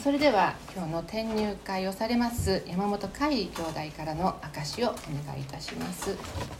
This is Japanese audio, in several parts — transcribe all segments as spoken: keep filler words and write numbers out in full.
それでは今日の転入会をされます山本海兄弟からの証しをお願いいたします。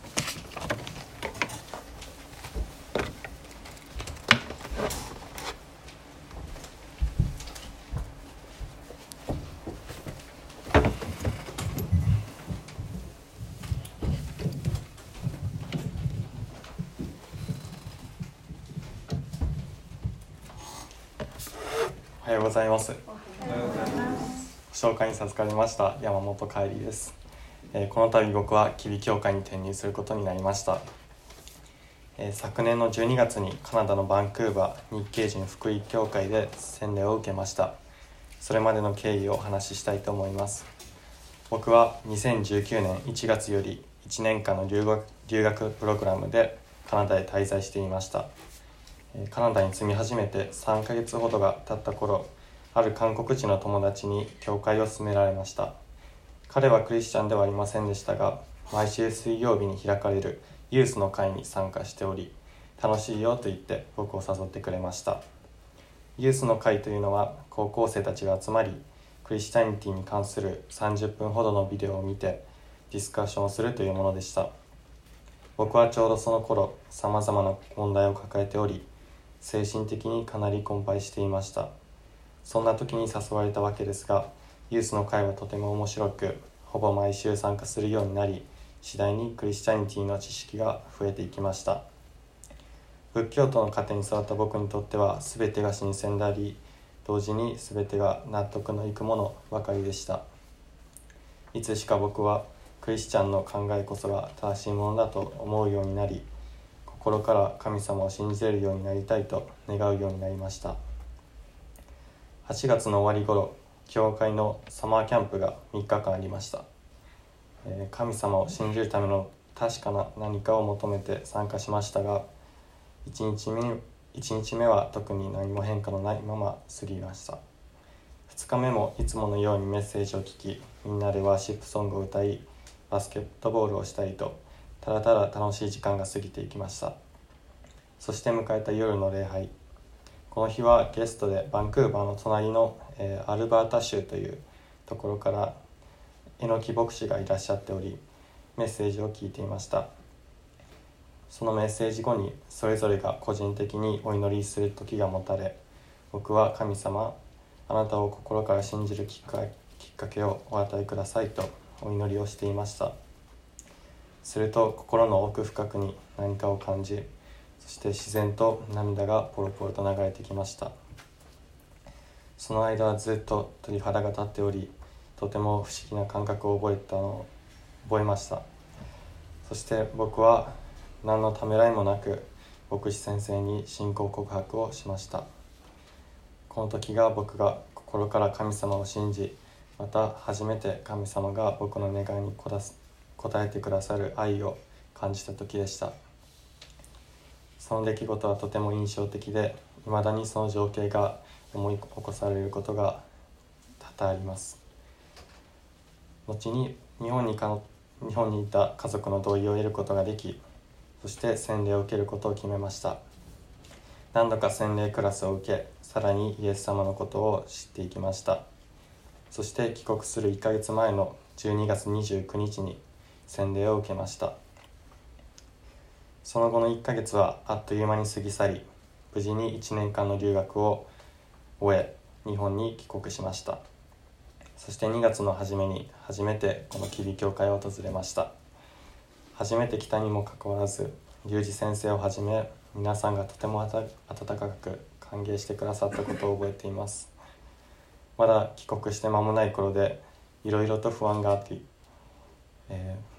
おはようございます。紹介に授かりました山本海里です。えー、この度僕は吉備教会に転入することになりました。えー、昨年のじゅうにがつにカナダのバンクーバー日系人福音教会で洗礼を受けました。それまでの経緯をお話ししたいと思います。僕はにせんじゅうきゅうねんいちがつよりいちねんかんの留学、留学プログラムでカナダへ滞在していました。カナダに住み始めてさんかげつほどが経った頃、ある韓国人の友達に教会を勧められました。彼はクリスチャンではありませんでしたが、毎週水曜日に開かれるユースの会に参加しており、楽しいよと言って僕を誘ってくれました。ユースの会というのは高校生たちが集まり、クリスチャニティに関するさんじゅっぷんほどのビデオを見てディスカッションをするというものでした。僕はちょうどその頃、さまざまな問題を抱えており、精神的にかなり困憊していました。そんな時に誘われたわけですが、ユースの会はとても面白く、ほぼ毎週参加するようになり、次第にクリスチャニティの知識が増えていきました。仏教徒の家庭に育った僕にとっては、すべてが新鮮であり、同時にすべてが納得のいくものばかりでした。いつしか僕はクリスチャンの考えこそが正しいものだと思うようになり、心から神様を信じれるようになりたいと願うようになりました。はちがつの終わり頃、教会のサマーキャンプがみっかかんありました。えー、神様を信じるための確かな何かを求めて参加しましたが、いちにちめ、いちにちめは特に何も変化のないまま過ぎました。ふつかめもいつものようにメッセージを聞き、みんなでワーシップソングを歌い、バスケットボールをしたりと、ただただ楽しい時間が過ぎていきました。そして迎えた夜の礼拝。この日はゲストでバンクーバーの隣の、えー、アルバータ州というところから榎木牧師がいらっしゃっており、メッセージを聞いていました。そのメッセージ後にそれぞれが個人的にお祈りする時が持たれ、僕は神様、あなたを心から信じるきっかきっかけをお与えくださいとお祈りをしていました。すると心の奥深くに何かを感じ、そして自然と涙がポロポロと流れてきました。その間はずっと鳥肌が立っており、とても不思議な感覚を覚えたのを覚えました。そして僕は何のためらいもなく牧師先生に信仰告白をしました。この時が僕が心から神様を信じ、また初めて神様が僕の願いに応えてくださる愛を感じた時でした。その出来事はとても印象的で、未だにその情景が思い起こされることが多々あります。後に日本にか日本にいた家族の同意を得ることができ、そして洗礼を受けることを決めました。何度か洗礼クラスを受け、さらにイエス様のことを知っていきました。そして帰国するいっかげつまえのじゅうにがつにじゅうくにちに洗礼を受けました。その後のいっかげつはあっという間に過ぎ去り、無事にいちねんかんの留学を終え、日本に帰国しました。そしてにがつの初めに初めてこの吉備教会を訪れました。初めて来たにもかかわらず、龍二先生をはじめ皆さんがとても温かく歓迎してくださったことを覚えています。まだ帰国して間もない頃で、いろいろと不安があって、えー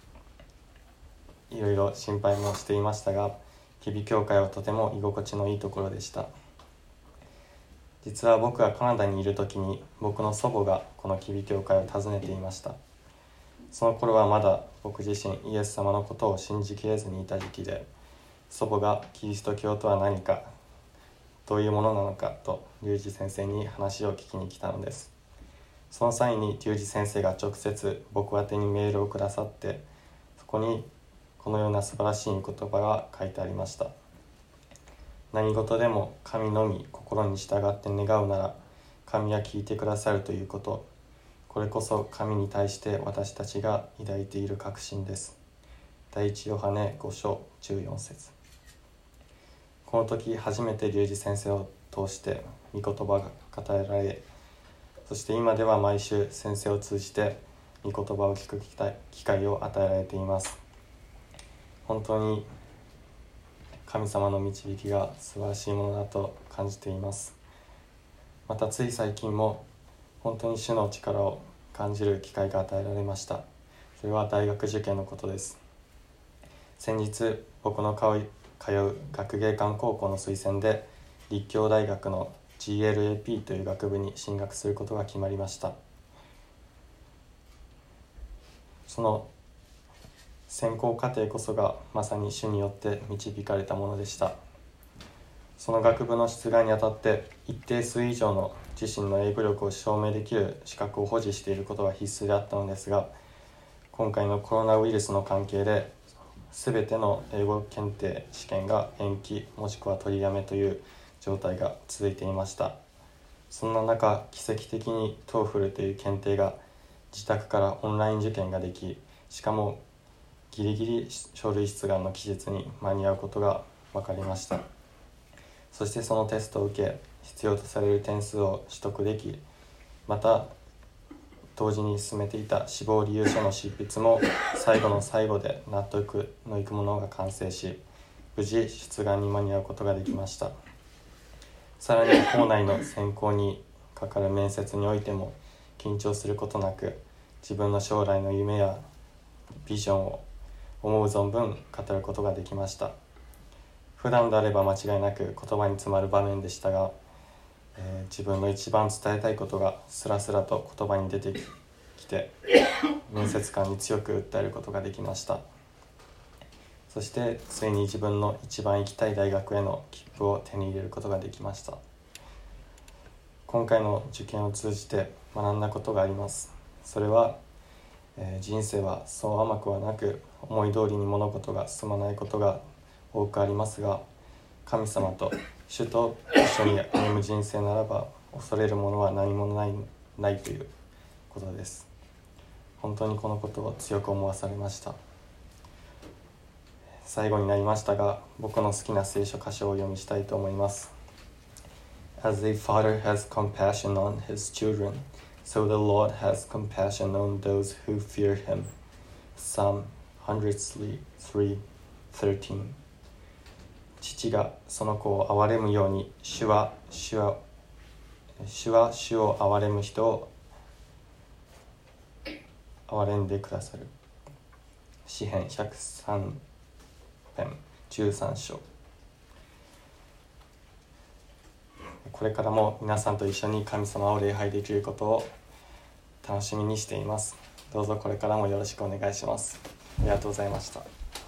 いろいろ心配もしていましたが、吉備教会はとても居心地のいいところでした。実は僕がカナダにいる時に、僕の祖母がこの吉備教会を訪ねていました。その頃はまだ僕自身イエス様のことを信じきれずにいた時期で、祖母がキリスト教とは何か、どういうものなのかと龍二先生に話を聞きに来たのです。その際に龍二先生が直接僕宛てにメールをくださって、そこにこのような素晴らしい言葉が書いてありました。何事でも神のみ心に従って願うなら、 神は聞いてくださるということ、これこそ神に対して私たちが抱いている確信です。第一ヨハネご章じゅうよん節。この時初めて龍二先生を通して御言葉が語られ、そして今では毎週先生を通じて御言葉を聞く機会を与えられています。本当に神様の導きが素晴らしいものだと感じています。またつい最近も本当に主の力を感じる機会が与えられました。それは大学受験のことです。先日僕の通う学芸館高校の推薦で立教大学の ジーエルエーピー という学部に進学することが決まりました。その専攻課程こそがまさに主によって導かれたものでした。その学部の出願にあたって一定数以上の自身の英語力を証明できる資格を保持していることが必須であったのですが、今回のコロナウイルスの関係で全ての英語検定試験が延期もしくは取りやめという状態が続いていました。そんな中、奇跡的に トーフル という検定が自宅からオンライン受験ができ、しかもギリギリ書類出願の期日に間に合うことが分かりました。そしてそのテストを受け、必要とされる点数を取得でき、また同時に進めていた志望理由書の執筆も最後の最後で納得のいくものが完成し、無事出願に間に合うことができました。さらに校内の選考にかかる面接においても緊張することなく、自分の将来の夢やビジョンを思う存分語ることができました。普段であれば間違いなく言葉に詰まる場面でしたが、えー、自分の一番伝えたいことがスラスラと言葉に出てきて面接官に強く訴えることができました。そしてついに自分の一番行きたい大学への切符を手に入れることができました。今回の受験を通じて学んだことがあります。それは、えー、人生はそう甘くはなく、思い通りに物事が進まないことが多くありますが、神様と主と一緒に歩む人生ならば恐れるものは何もない、ないということです。本当にこのことを強く思わされました。最後になりましたが、僕の好きな聖書箇所をお読みしたいと思います。 As a father has compassion on his children, so the Lord has compassion on those who fear him. Psalm one oh three thirteen。 父がその子を憐れむように、主は主は主は主を憐れむ人を憐れんでくださる。詩編ひゃくさん編じゅうさん章。これからも皆さんと一緒に神様を礼拝できることを楽しみにしています。どうぞこれからもよろしくお願いします。ありがとうございました。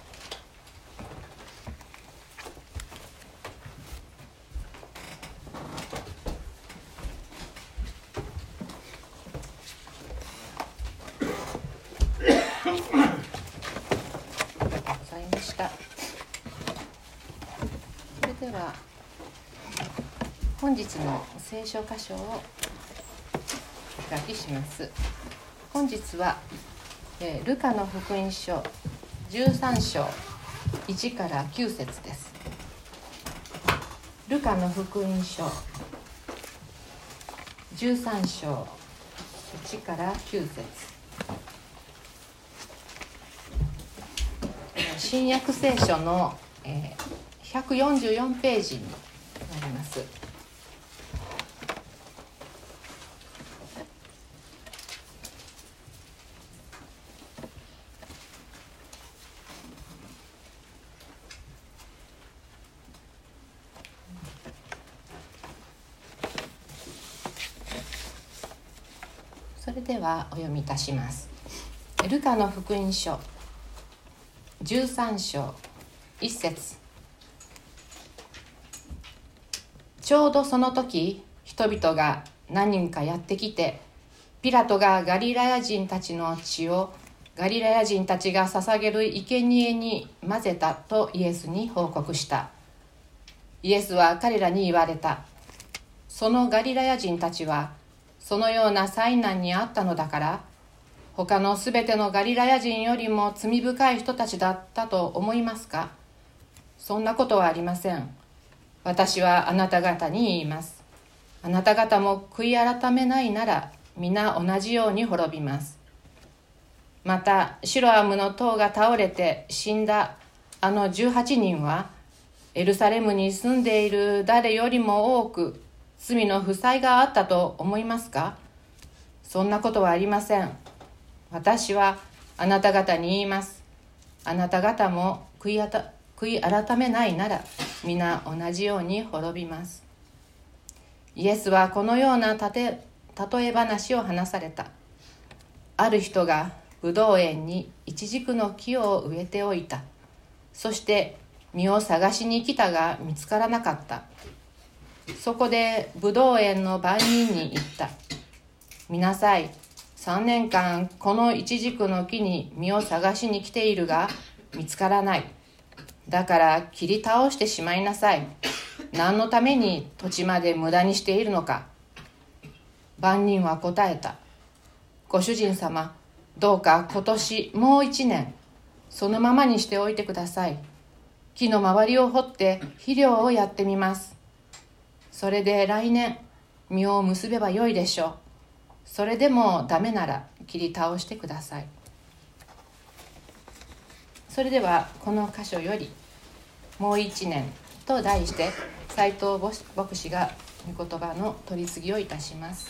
それでは本日の聖書箇所をお開きします。本日は、えー、ルカの福音書じゅうさん章いちからきゅう節です。ルカの福音書じゅうさん章いちからきゅう節。新約聖書の、えー、ひゃくよんじゅうよんページになります。それではお読みいたします。ルカの福音書じゅうさん章いち節。ちょうどその時、人々が何人かやってきて、ピラトがガリラヤ人たちの血をガリラヤ人たちが捧げる生贄に混ぜたとイエスに報告した。イエスは彼らに言われた。 そのガリラヤ人たちはそのような災難にあったのだから、他のすべてのガリラヤ人よりも罪深い人たちだったと思いますか？そんなことはありません。私はあなた方に言います。あなた方も悔い改めないなら、皆同じように滅びます。また、シロアムの塔が倒れて死んだあのじゅうはちにんは、エルサレムに住んでいる誰よりも多く罪の負債があったと思いますか？そんなことはありません。私はあなた方に言います。あなた方も悔いあた悔い改めないなら、皆同じように滅びます。イエスはこのようなたて例え話を話された。ある人がブドウ園にイチジクの木を植えておいた。そして実を探しに来たが見つからなかった。そこでブドウ園の番人に言った。見なさい。三年間このイチジクの木に実を探しに来ているが見つからない。だから切り倒してしまいなさい。何のために土地まで無駄にしているのか。番人は答えた。ご主人様、どうか今年もう一年そのままにしておいてください。木の周りを掘って肥料をやってみます。それで来年実を結べばよいでしょう。それでもダメなら切り倒してください。それではこの箇所よりもう一年と題して斉藤牧師が御言葉の取り次ぎをいたします。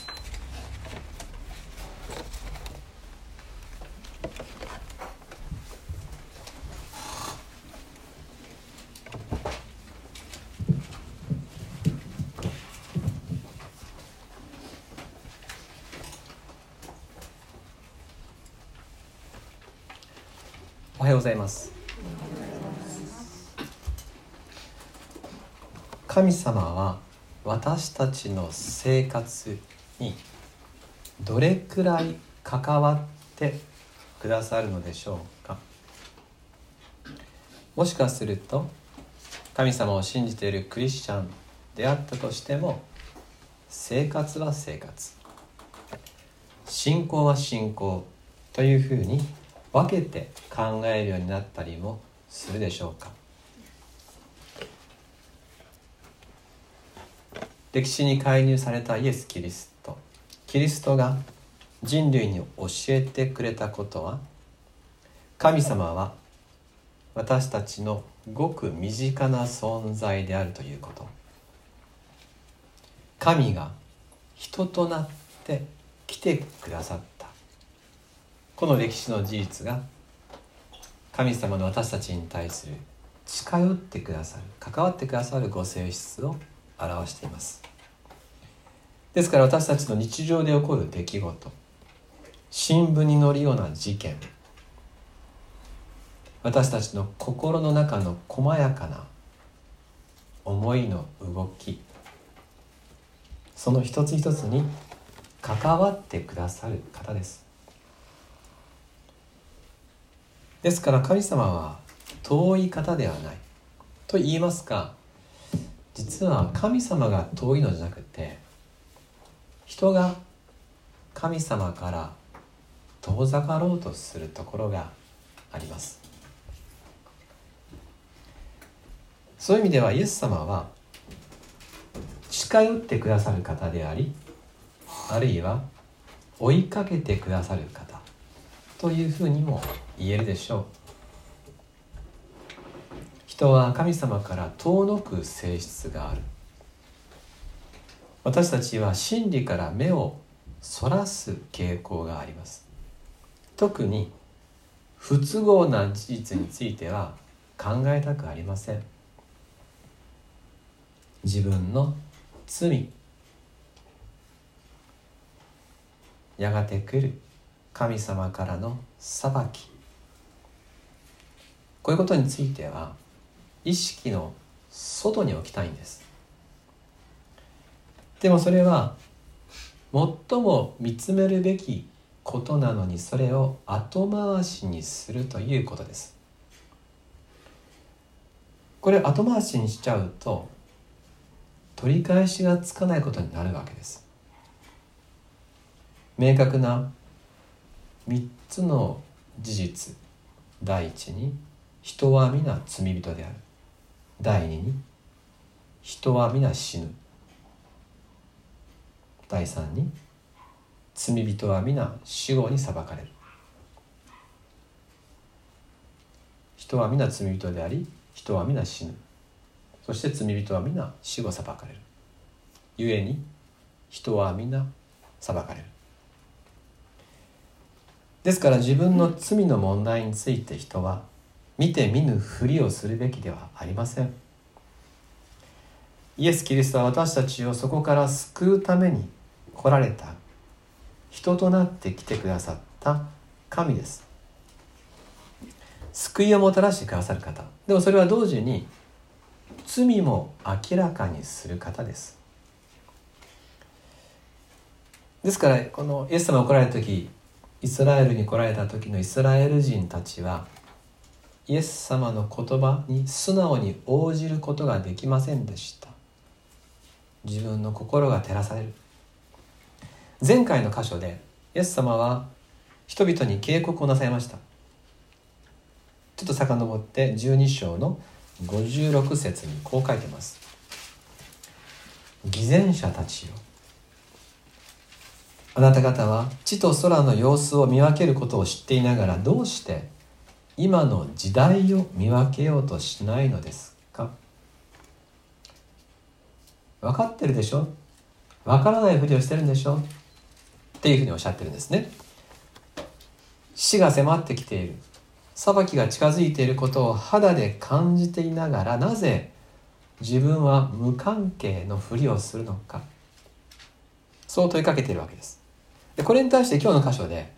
おはようございます。神様は私たちの生活にどれくらい関わってくださるのでしょうか。もしかすると神様を信じているクリスチャンであったとしても、生活は生活、信仰は信仰というふうに分けて考えるようになったりもするでしょうか。歴史に介入されたイエス・キリストキリストが人類に教えてくれたことは、神様は私たちのごく身近な存在であるということ。神が人となって来てくださった、この歴史の事実が神様の私たちに対する近寄ってくださる、関わってくださるご性質を表しています。ですから私たちの日常で起こる出来事、新聞に載るような事件、私たちの心の中の細やかな思いの動き、その一つ一つに関わってくださる方です。ですから神様は遠い方ではないと言いますが、実は神様が遠いのじゃなくて、人が神様から遠ざかろうとするところがあります。そういう意味ではイエス様は近寄ってくださる方であり、あるいは追いかけてくださる方というふうにも言えるでしょう。人は神様から遠のく性質がある。私たちは真理から目をそらす傾向があります。特に不都合な事実については考えたくありません。自分の罪、やがて来る神様からの裁き、こういうことについては意識の外に置きたいんです。でもそれは最も見つめるべきことなのに、それを後回しにするということです。これ後回しにしちゃうと、 取り返しがつかないことになるわけです。明確なみっつの事実。第一に、人は皆罪人である。第二に、人は皆死ぬ。第三に、罪人は皆死後に裁かれる。人は皆罪人であり、人は皆死ぬ。そして罪人は皆死後裁かれる。ゆえに人は皆裁かれる。ですから自分の罪の問題について人は見て見ぬふりをするべきではありません。イエス・キリストは私たちをそこから救うために来られた、人となって来てくださった神です。救いをもたらしてくださる方。でもそれは同時に罪も明らかにする方です。ですからこのイエス様が来られた時、イスラエルに来られた時のイスラエル人たちはイエス様の言葉に素直に応じることができませんでした。自分の心が照らされる。前回の箇所でイエス様は人々に警告をなさいました。ちょっと遡ってじゅうに章のごじゅうろく節にこう書いてます。偽善者たちよ、あなた方は地と空の様子を見分けることを知っていながら、どうして今の時代を見分けようとしないのですか。分かってるでしょ、分からないふりをしてるんでしょっていうふうにおっしゃってるんですね。死が迫ってきている、裁きが近づいていることを肌で感じていながら、なぜ自分は無関係のふりをするのか、そう問いかけているわけです。でこれに対して今日の箇所で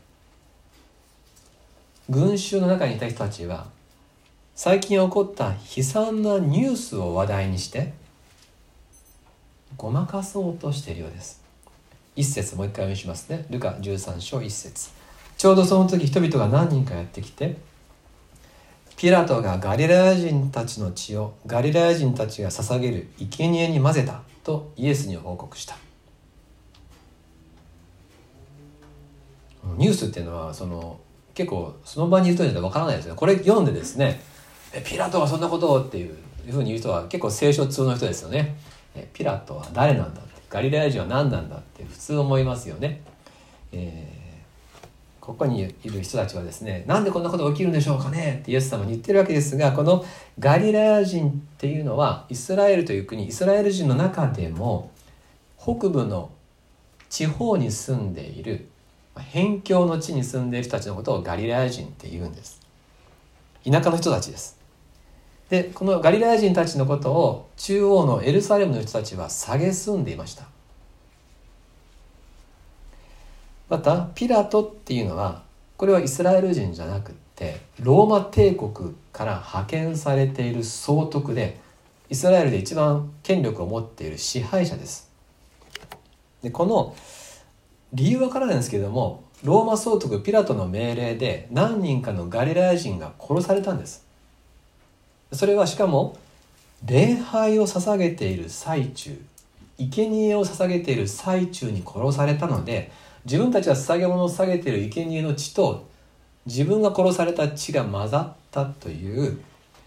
群衆の中にいた人たちは最近起こった悲惨なニュースを話題にしてごまかそうとしているようです。一節もう一回読みしますね。ルカじゅうさん章一節。ちょうどその時人々が何人かやってきて、ピラトがガリラヤ人たちの血をガリラヤ人たちが捧げる生贄に混ぜたとイエスに報告した。ニュースっていうのはその結構その場にいる人には分からないですね。これ読んでですね、えピラトはそんなことをっていうふうに言う人は結構聖書通の人ですよね。えピラトは誰なんだって、ガリラヤ人は何なんだって普通思いますよね。えーここにいる人たちはですね、なんでこんなことが起きるんでしょうかねってイエス様に言ってるわけですが、このガリラヤ人っていうのはイスラエルという国、イスラエル人の中でも北部の地方に住んでいる、辺境の地に住んでいる人たちのことをガリラヤ人って言うんです。田舎の人たちです。でこのガリラヤ人たちのことを中央のエルサレムの人たちは蔑んでいました。またピラトっていうのは、これはイスラエル人じゃなくってローマ帝国から派遣されている総督で、イスラエルで一番権力を持っている支配者です。でこの理由わからないんですけれども、ローマ総督ピラトの命令で何人かのガリラヤ人が殺されたんです。それはしかも礼拝を捧げている最中、生贄を捧げている最中に殺されたので、自分たちは捧げ物を捧げている生贄の血と自分が殺された血が混ざったという、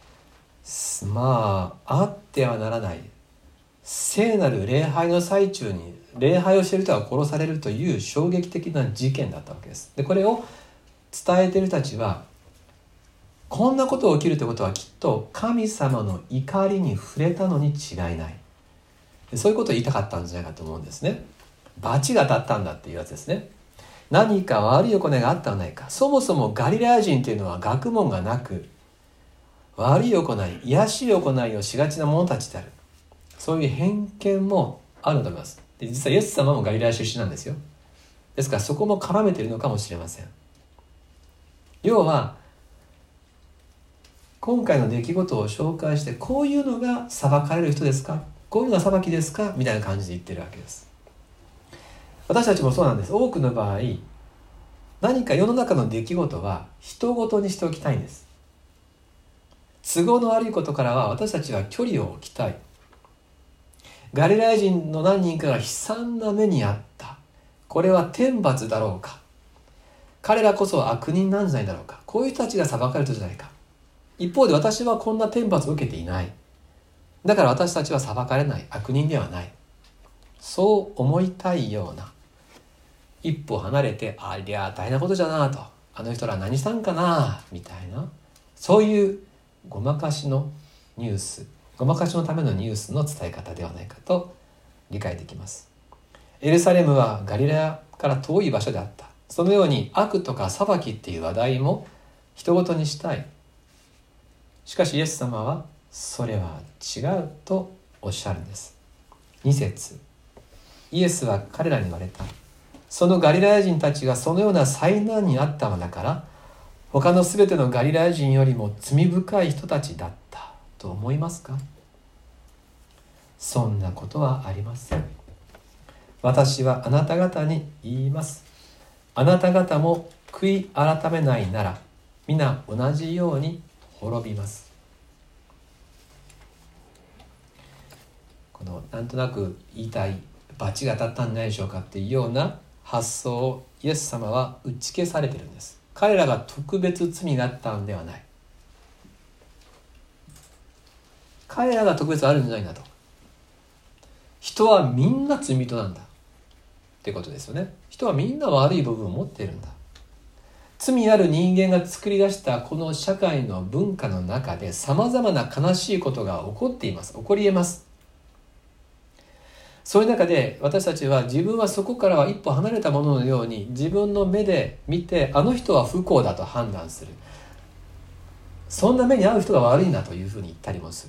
まああってはならない聖なる礼拝の最中に礼拝をしている人が殺されるという衝撃的な事件だったわけです。でこれを伝えている人たちは、こんなことが起きるということはきっと神様の怒りに触れたのに違いない、そういうことを言いたかったんじゃないかと思うんですね。罰が当たったんだっていうやつですね。何か悪い行いがあったのないか。そもそもガリラヤ人というのは学問がなく、悪い行い、卑しい行いをしがちな者たちである、そういう偏見もあると思います。で実はイエス様もガリラヤ出身なんですよ。ですからそこも絡めているのかもしれません。要は今回の出来事を紹介して、こういうのが裁かれる人ですか、こういうのが裁きですかみたいな感じで言ってるわけです。私たちもそうなんです。多くの場合、何か世の中の出来事は人ごとにしておきたいんです。都合の悪いことからは私たちは距離を置きたい。 ガリラヤ人の何人かが悲惨な目にあった。これは天罰だろうか。彼らこそ悪人なんじゃないだろうか。こういう人たちが裁かれるじゃないか。一方で私はこんな天罰を受けていない。だから私たちは裁かれない。悪人ではない。そう思いたいような。一歩離れて、ありゃ大変なことじゃなと。あの人ら何したんかなみたいな。そういうごまかしのニュース、ごまかしのためのニュースの伝え方ではないかと理解できます。エルサレムはガリラヤから遠い場所であった。そのように悪とか裁きっていう話題も人ごとにしたい。しかしイエス様はそれは違うとおっしゃるんです。に節、イエスは彼らに言われた。そのガリラヤ人たちがそのような災難にあったのだから、他のすべてのガリラヤ人よりも罪深い人たちだったと思いますか？そんなことはありません。私はあなた方に言います。あなた方も悔い改めないなら、皆同じように滅びます。このなんとなく言いたい、罰が当たったんじゃないでしょうかっていうような発想をイエス様は打ち消されているんです。彼らが特別罪があったのではない。彼らが特別あるんじゃないんだと。人はみんな罪人なんだってことですよね。人はみんな悪い部分を持っているんだ。罪ある人間が作り出したこの社会の文化の中でさまざまな悲しいことが起こっています。起こり得ます。そういう中で私たちは自分はそこからは一歩離れたもののように自分の目で見て、あの人は不幸だと判断する。そんな目に遭う人が悪いんだというふうに言ったりもする。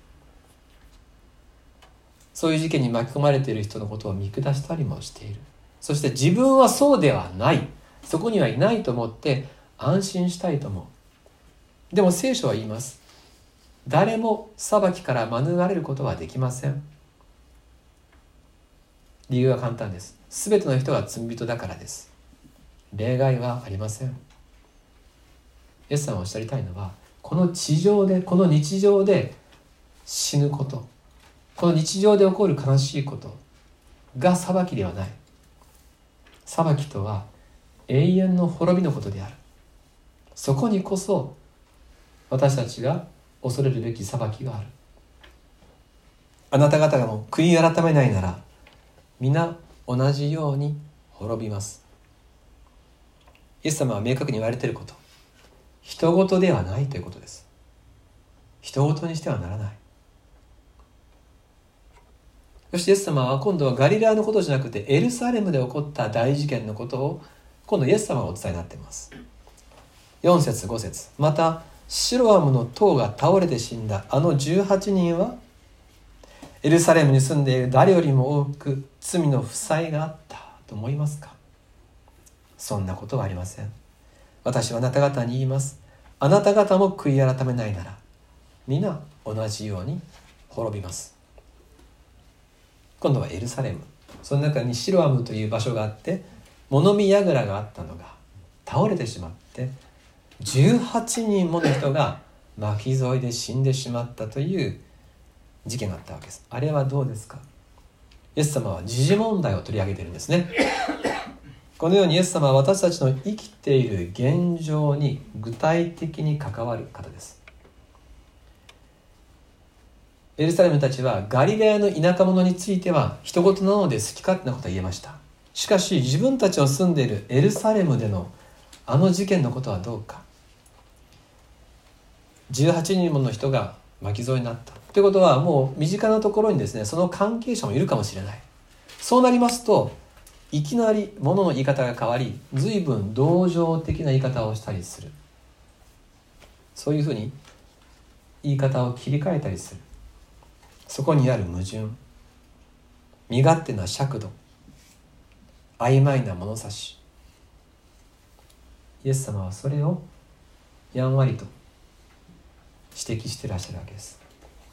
そういう事件に巻き込まれている人のことを見下したりもしている。そして自分はそうではない、そこにはいないと思って安心したいと思う。でも聖書は言います。誰も裁きから免れることはできません。理由は簡単です。すべての人が罪人だからです。例外はありません。イエスさんがおっしゃりたいのは、この地上で、この日常で死ぬこと、この日常で起こる悲しいことが裁きではない。裁きとは永遠の滅びのことである。そこにこそ私たちが恐れるべき裁きがある。あなた方がもう悔い改めないなら、皆同じように滅びます。イエス様は明確に言われていること、人事ではないということです。人事にしてはならない。そしてイエス様は今度はガリラヤのことじゃなくてエルサレムで起こった大事件のことを今度イエス様がお伝えになっています。よん節ご節、またシロアムの塔が倒れて死んだあのじゅうはちにんはエルサレムに住んでいる誰よりも多く罪の負債があったと思いますか？そんなことはありません。私はあなた方に言います。あなた方も悔い改めないなら、皆同じように滅びます。今度はエルサレム。その中にシロアムという場所があって、物見櫓があったのが倒れてしまって、じゅうはちにんもの人が巻き添えで死んでしまったという事件があったわけです。あれはどうですか？イエス様は時事問題を取り上げているんですね。このようにイエス様は私たちの生きている現状に具体的に関わる方です。エルサレムたちはガリラヤの田舎者については人事なので好き勝手なことは言えました。しかし自分たちの住んでいるエルサレムでのあの事件のことはどうか。じゅうはちにんもの人が巻き添えになったということは、もう身近なところにですね、その関係者もいるかもしれない。そうなりますと、いきなり物の言い方が変わり、随分同情的な言い方をしたりする。そういうふうに言い方を切り替えたりする。そこにある矛盾、身勝手な尺度、曖昧な物差し、イエス様はそれをやんわりと指摘していらっしゃるわけです。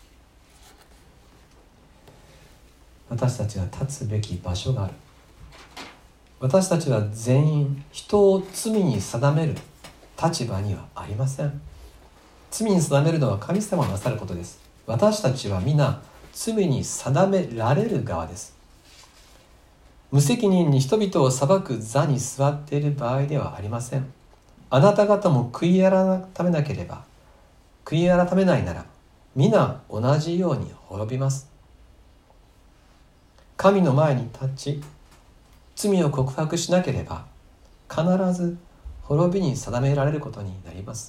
私たちが立つべき場所がある。私たちは全員人を罪に定める立場にはありません。罪に定めるのは神様がなさることです。私たちは皆罪に定められる側です。無責任に人々を裁く座に座っている場合ではありません。あなた方も悔い改めなければ、悔い改めないなら皆同じように滅びます。神の前に立ち罪を告白しなければ必ず滅びに定められることになります。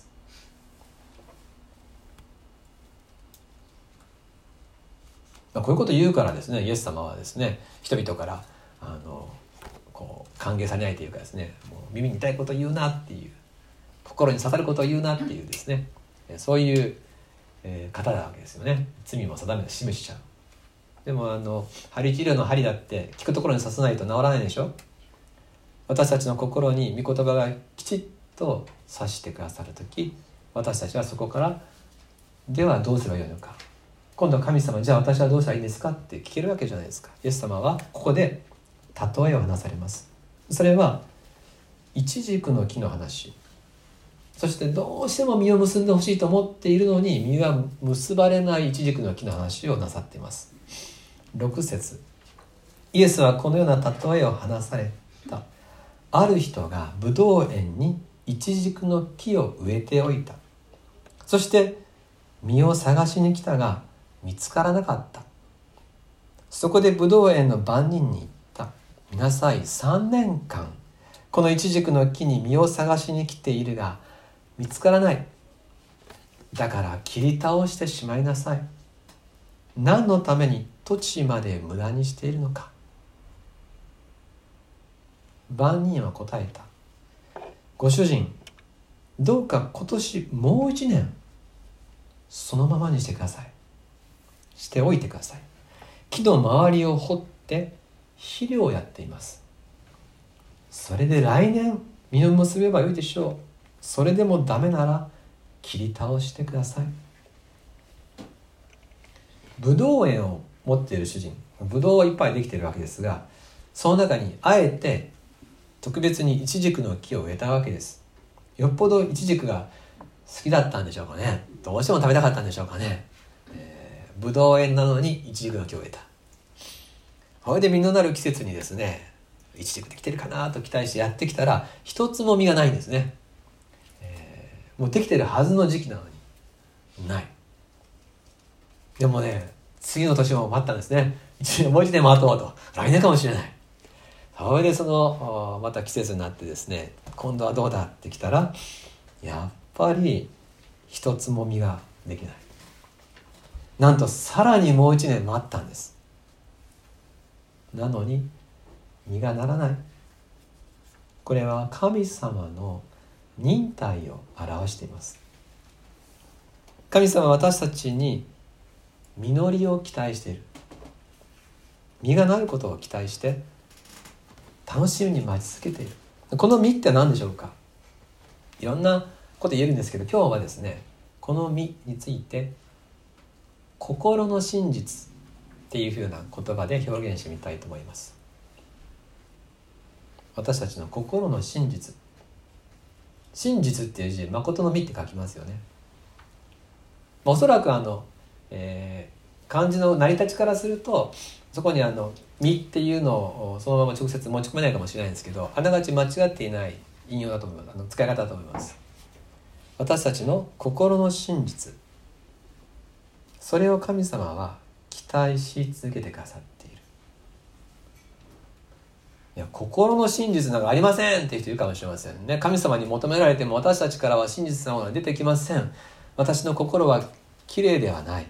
こういうことを言うからですね、イエス様はですね、人々からあのこう歓迎されないというかですね、もう耳に痛いことを言うなっていう、心に刺さることを言うなっていうですね、そういう、えー、方なわけですよね。罪も定めて示しちゃう。でもあの針治療の針だって聞くところに刺さないと治らないでしょ。私たちの心に御言葉がきちっと刺してくださるとき、私たちはそこからではどうすればよいのか、今度は神様、じゃあ私はどうしたらいいんですかって聞けるわけじゃないですか。イエス様はここで例えを話されます。それはイチジクの木の話、そしてどうしても実を結んでほしいと思っているのに実が結ばれないイチジクの木の話をなさっています。ろく節、イエスはこのような例えを話された。ある人がブドウ園にイチジクの木を植えておいた。そして実を探しに来たが見つからなかった。そこでブドウ園の番人に言った。見なさい、さんねんかんこのイチジクの木に実を探しに来ているが見つからない。だから切り倒してしまいなさい。何のために土地まで無駄にしているのか。番人は答えた。ご主人、どうか今年もう一年そのままにしてください。しておいてください。木の周りを掘って肥料をやっています。それで来年実を結べばよいでしょう。それでもダメなら切り倒してください。ブドウ園を持っている主人、ブドウはいっぱいできているわけですが、その中にあえて特別にイチジクの木を植えたわけです。よっぽどイチジクが好きだったんでしょうかね。どうしても食べたかったんでしょうかね。えー、ブドウ園なのにイチジクの木を植えた。それで実のなる季節にですね、イチジクできてるかなと期待してやってきたら一つも実がないんですね。えー、もうできてるはずの時期なのにない。でもね、次の年も待ったんですね。もう一年待とうと。来年かもしれない。それでそのまた季節になってですね、今度はどうだってきたらやっぱり一つも実ができない。なんとさらにもう一年待ったんです。なのに実がならない。これは神様の忍耐を表しています。神様は私たちに実りを期待している。実がなることを期待して楽しみに待ち続けている。この実って何でしょうか。いろんなこと言えるんですけど、今日はですね、この実について心の真実っていうふうな言葉で表現してみたいと思います。私たちの心の真実、真実っていう字で誠の実って書きますよね。おそらくあの、えー、漢字の成り立ちからするとそこにあの実っていうのをそのまま直接持ち込めないかもしれないんですけど、あながち間違っていない引用だと思います。あの使い方だと思います。私たちの心の真実、それを神様は期待し続けてくださっている。いや、心の真実なんかありませんっていう人いるかもしれませんね。神様に求められても私たちからは真実なものは出てきません。私の心はきれいではない、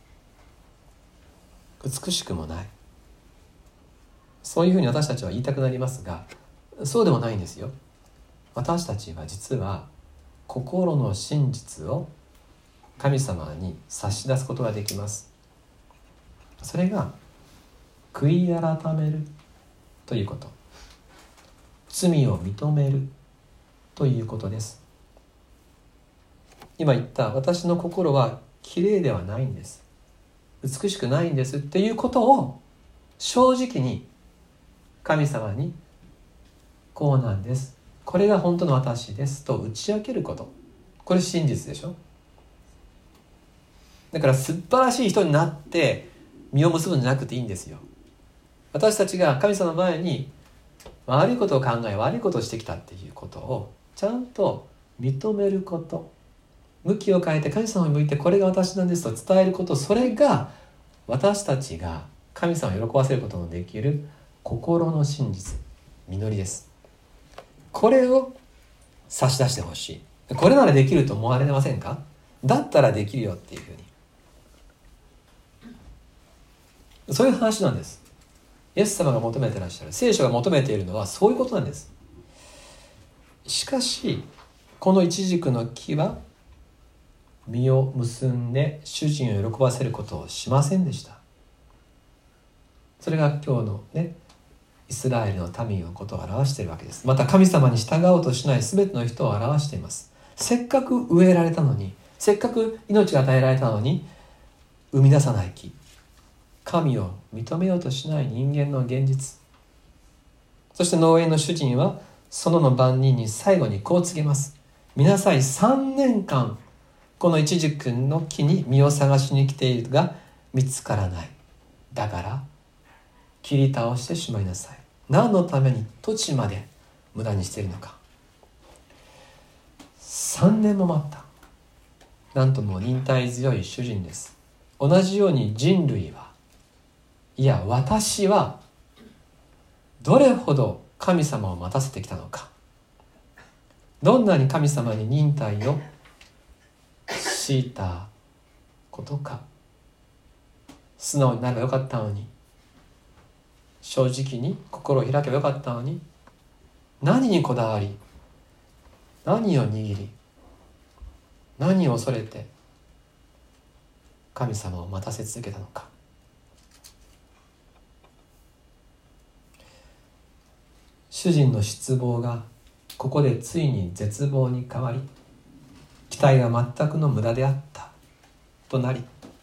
美しくもない、そういうふうに私たちは言いたくなりますが、そうでもないんですよ。私たちは実は心の真実を神様に差し出すことができます。それが悔い改めるということ、罪を認めるということです。今言った私の心はきれいではないんです、美しくないんですっていうことを正直に神様にこうなんです、これが本当の私ですと打ち明けること、これ真実でしょ。だから素晴らしい人になって実を結ぶんじゃなくていいんですよ。私たちが神様の前に悪いことを考え悪いことをしてきたっていうことをちゃんと認めること、向きを変えて神様に向いてこれが私なんですと伝えること、それが私たちが神様を喜ばせることのできる心の真実、実りです。これを差し出してほしい。これならできると思われませんか？だったらできるよっていうふうに、そういう話なんです。イエス様が求めてらっしゃる、聖書が求めているのはそういうことなんです。しかしこのイチジクの木は実を結んで主人を喜ばせることをしませんでした。それが今日のね、イスラエルの民のことを表しているわけです。また神様に従おうとしない全ての人を表しています。せっかく植えられたのに、せっかく命が与えられたのに生み出さない木、神を認めようとしない人間の現実。そして農園の主人は園の番人に最後にこう告げます。見なさい、さんねんかんこのイチジクの木に実を探しに来ているが見つからない。だから切り倒してしまいなさい。何のために土地まで無駄にしているのか。さんねんも待った。なんとも忍耐強い主人です。同じように人類は、いや私はどれほど神様を待たせてきたのか、どんなに神様に忍耐を強いたことか。素直になればよかったのに、正直に心を開けばよかったのに、何にこだわり、何を握り、何を恐れて神様を待たせ続けたのか。主人の失望がここでついに絶望に変わり、期待が全くの無駄であったとなり、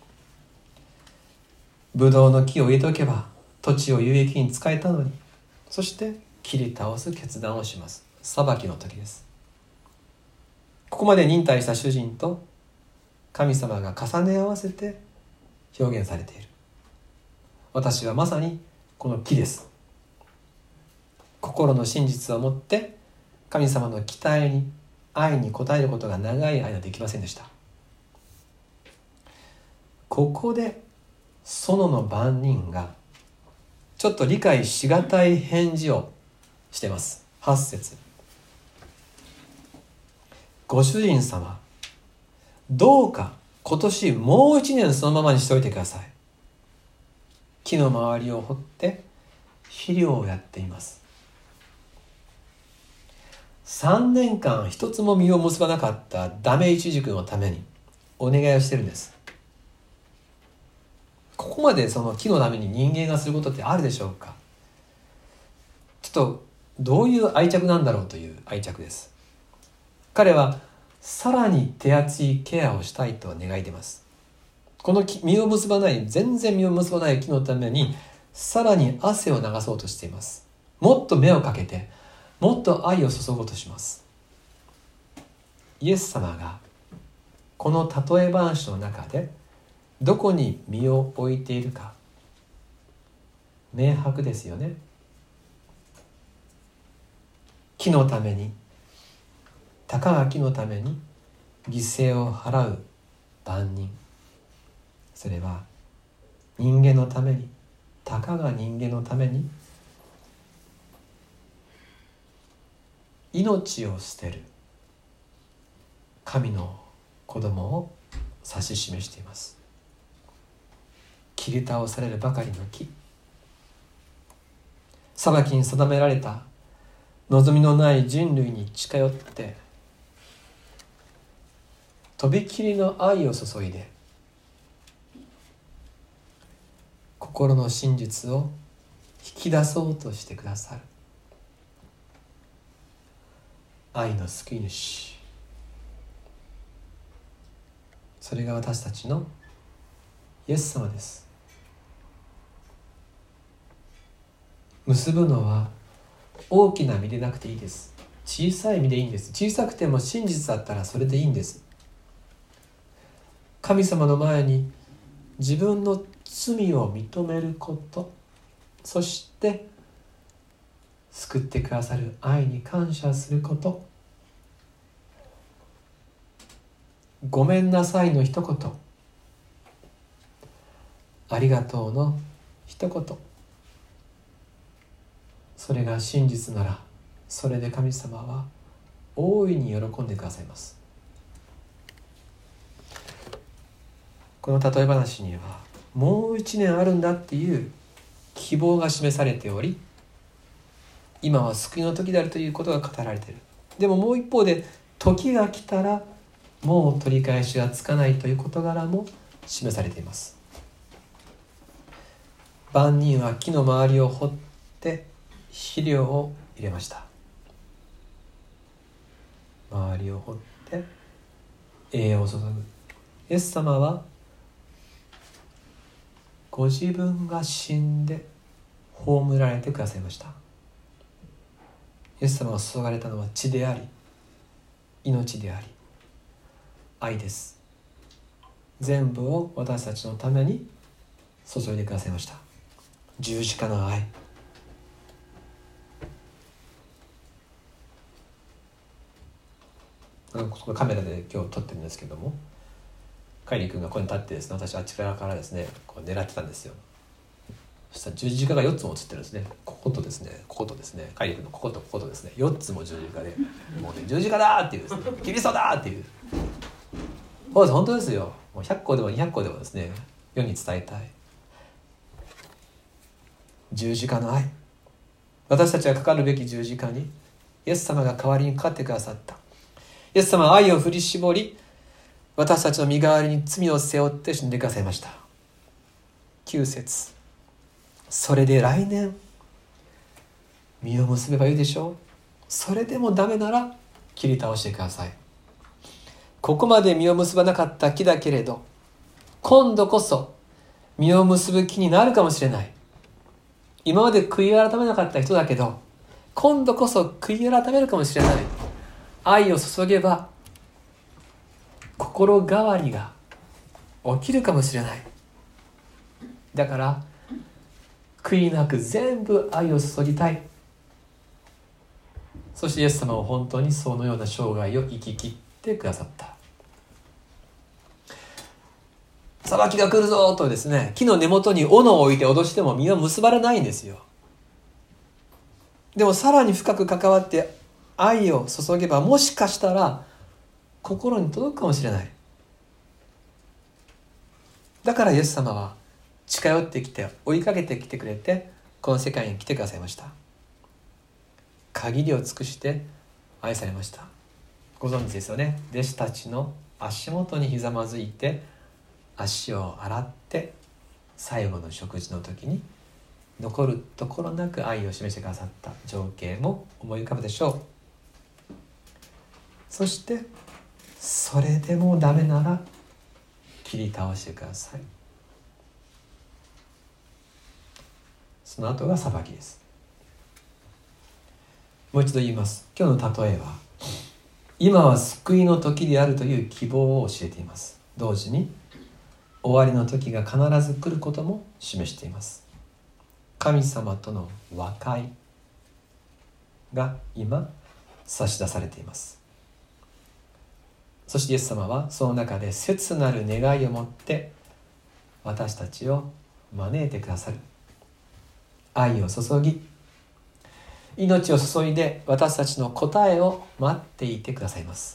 ブドウの木を植えておけば土地を有益に使えたのに、そして切り倒す決断をします。裁きの時です。ここまで忍耐した主人と神様が重ね合わせて表現されている。私はまさにこの木です。心の真実を持って神様の期待に愛に応えることが長い間できませんでした。ここで園の番人がちょっと理解しがたい返事をしています。はち節、ご主人様、どうか今年もう一年そのままにしておいてください。木の周りを掘って肥料をやっています。さんねんかん一つも実を結ばなかったダメイチジクのためにお願いをしてるんです。ここまでその木のために人間がすることってあるでしょうか。ちょっとどういう愛着なんだろうという愛着です。彼はさらに手厚いケアをしたいと願い出ます。この木、実を結ばない、全然実を結ばない木のためにさらに汗を流そうとしています。もっと目をかけて、もっと愛を注ごうとします。イエス様がこの例え話の中でどこに身を置いているか明白ですよね。木のために、たかが木のために犠牲を払う番人、それは人間のために、たかが人間のために命を捨てる神の子供を指し示しています。切り倒されるばかりの木、裁きに定められた望みのない人類に近寄ってとびきりの愛を注いで心の真実を引き出そうとしてくださる愛の救い主、それが私たちのイエス様です。結ぶのは大きな実でなくていいです。小さい実でいいんです。小さくても真実だったらそれでいいんです。神様の前に自分の罪を認めること、そして救ってくださる愛に感謝すること、ごめんなさいの一言、ありがとうの一言、それが真実なら、それで神様は大いに喜んでくださいます。この例え話にはもう一年あるんだっていう希望が示されており、今は救いの時であるということが語られている。でももう一方で、時が来たらもう取り返しがつかないという事柄も示されています。番人は木の周りを掘って肥料を入れました。周りを掘って栄養を注ぐ。イエス様はご自分が死んで葬られてくださいました。イエス様が注がれたのは血であり、命であり、愛です。全部を私たちのために注いでくださいました。十字架の愛。このカメラで今日撮ってるんですけども、カイリー君がここに立ってですね、私あちらからですねこう狙ってたんですよ。そしたら十字架がよっつも写ってるんですね。こことですね、こことですね、カイリー君のこことこことですね、よっつも十字架で、もうね十字架だーっていうですね、キリストだーっていう、そうです、本当ですよ。もうひゃっこでもにひゃっこでもですね世に伝えたい十字架の愛。私たちがかかるべき十字架にイエス様が代わりにかかってくださった。イエス様は愛を振り絞り、私たちの身代わりに罪を背負って死んでくださいました。きゅう節、それで来年実を結べばいいでしょう。それでもダメなら切り倒してください。ここまで実を結ばなかった木だけれど、今度こそ実を結ぶ木になるかもしれない。今まで悔い改めなかった人だけど、今度こそ悔い改めるかもしれない。愛を注げば心変わりが起きるかもしれない。だから悔いなく全部愛を注ぎたい。そしてイエス様は本当にそのような生涯を生き切ってくださった。裁きが来るぞとですね、木の根元に斧を置いて脅しても実は結ばれないんですよ。でもさらに深く関わって愛を注げば、もしかしたら心に届くかもしれない。だからイエス様は近寄ってきて追いかけてきてくれて、この世界に来てくださいました。限りを尽くして愛されました。ご存知ですよね。弟子たちの足元にひざまずいて足を洗って、最後の食事の時に残るところなく愛を示してくださった情景も思い浮かぶでしょう。そしてそれでもダメなら切り倒してください。その後が裁きです。もう一度言います。今日の例えは、今は救いの時であるという希望を教えています。同時に終わりの時が必ず来ることも示しています。神様との和解が今差し出されています。そしてイエス様はその中で切なる願いを持って私たちを招いてくださる。愛を注ぎ、命を注いで私たちの答えを待っていてくださいます。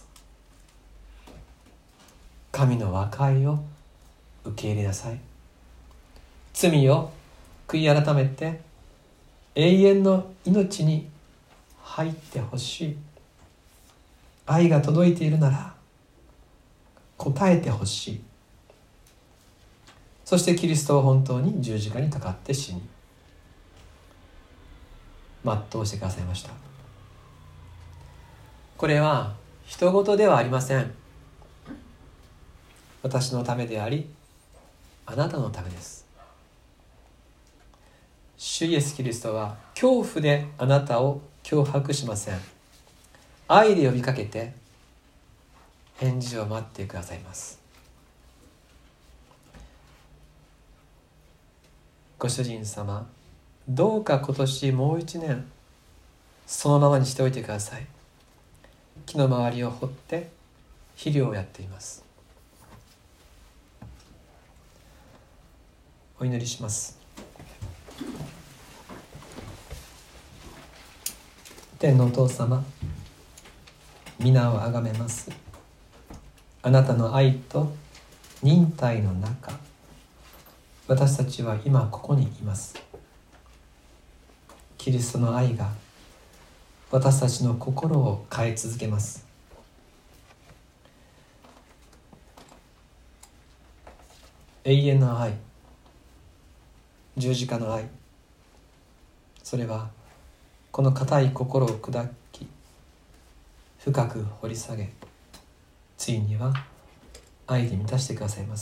神の和解を受け入れなさい。罪を悔い改めて永遠の命に入ってほしい。愛が届いているなら答えてほしい。そしてキリストは本当に十字架にかかって死に全うしてくださいました。これは人事ではありません。私のためであり、あなたのためです。主イエスキリストは恐怖であなたを脅迫しません。愛で呼びかけて返事を待ってくださいます。 ご主人様、どうか今年もう一年そのままにしておいてください。木の周りを掘って肥料をやっています。お祈りします。天のお父様、皆をあがめます。あなたの愛と忍耐の中、私たちは今ここにいます。キリストの愛が私たちの心を変え続けます。永遠の愛、十字架の愛、それはこの固い心を砕き、深く掘り下げ、ついには愛で満たしてくださいます。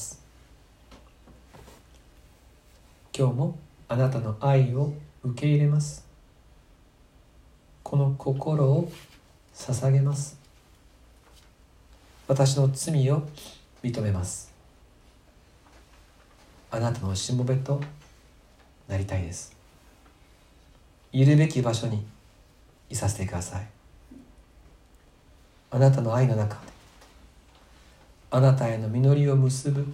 今日もあなたの愛を受け入れます。この心を捧げます。私の罪を認めます。あなたのしもべとなりたいです。いるべき場所にいさせてください。あなたの愛の中であなたへの実りを結ぶ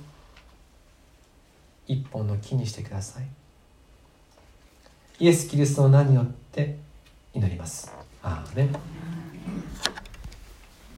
一本の木にしてください。イエス・キリストの名によって祈ります。アーメン。